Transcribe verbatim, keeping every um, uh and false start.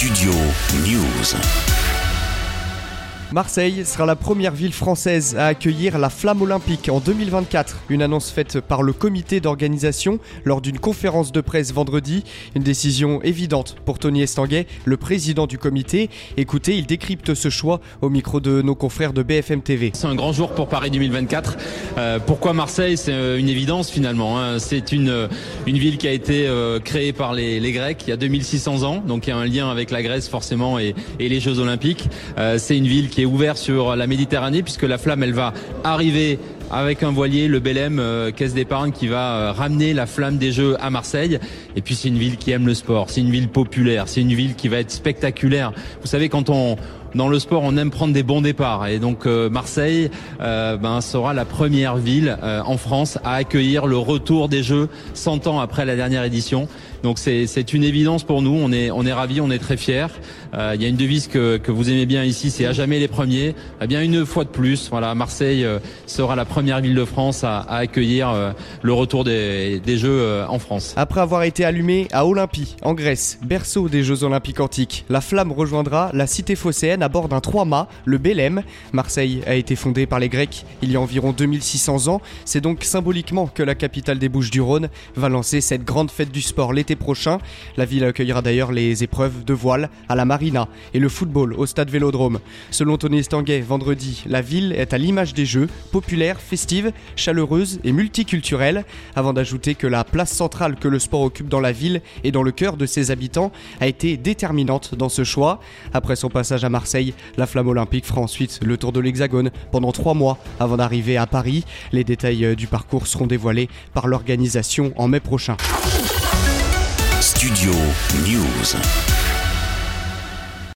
Studio News. Marseille sera la première ville française à accueillir la Flamme Olympique en deux mille vingt-quatre. Une annonce faite par le comité d'organisation lors d'une conférence de presse vendredi. Une décision évidente pour Tony Estanguet, le président du comité. Écoutez, il décrypte ce choix au micro de nos confrères de B F M T V. C'est un grand jour pour Paris deux mille vingt-quatre. Euh, pourquoi Marseille ? C'est une évidence finalement. Hein. C'est une, une ville qui a été euh, créée par les, les Grecs il y a deux mille six cents ans. Donc il y a un lien avec la Grèce forcément et, et les Jeux Olympiques. Euh, c'est une ville qui qui est ouvert sur la Méditerranée puisque la Flamme elle va arriver avec un voilier, le Belém, euh, caisse d'épargne qui va euh, ramener la flamme des Jeux à Marseille. Et puis c'est une ville qui aime le sport, c'est une ville populaire, c'est une ville qui va être spectaculaire. Vous savez, quand on dans le sport, on aime prendre des bons départs. Et donc euh, Marseille euh, ben, sera la première ville euh, en France à accueillir le retour des Jeux cent ans après la dernière édition. Donc c'est, c'est une évidence pour nous, on est, on est ravis, on est très fiers. Euh, il y a une devise que, que vous aimez bien ici, c'est à jamais les premiers. Eh bien une fois de plus, voilà, Marseille euh, sera la première ville de France à, à accueillir euh, le retour des, des Jeux euh, en France. Après avoir été allumée à Olympie, en Grèce, berceau des Jeux Olympiques antiques, la Flamme rejoindra la cité phocéenne à bord d'un trois-mâts, le Belém. Marseille a été fondée par les Grecs il y a environ deux mille six cents ans. C'est donc symboliquement que la capitale des Bouches-du-Rhône va lancer cette grande fête du sport l'été prochain. La ville accueillera d'ailleurs les épreuves de voile à la marina et le football au stade Vélodrome. Selon Tony Estanguet, vendredi, la ville est à l'image des Jeux, populaire, festive, chaleureuse et multiculturelle, avant d'ajouter que la place centrale que le sport occupe dans la ville et dans le cœur de ses habitants a été déterminante dans ce choix. Après son passage à Marseille, la Flamme Olympique fera ensuite le tour de l'Hexagone pendant trois mois avant d'arriver à Paris. Les détails du parcours seront dévoilés par l'organisation en mai prochain. Studio News.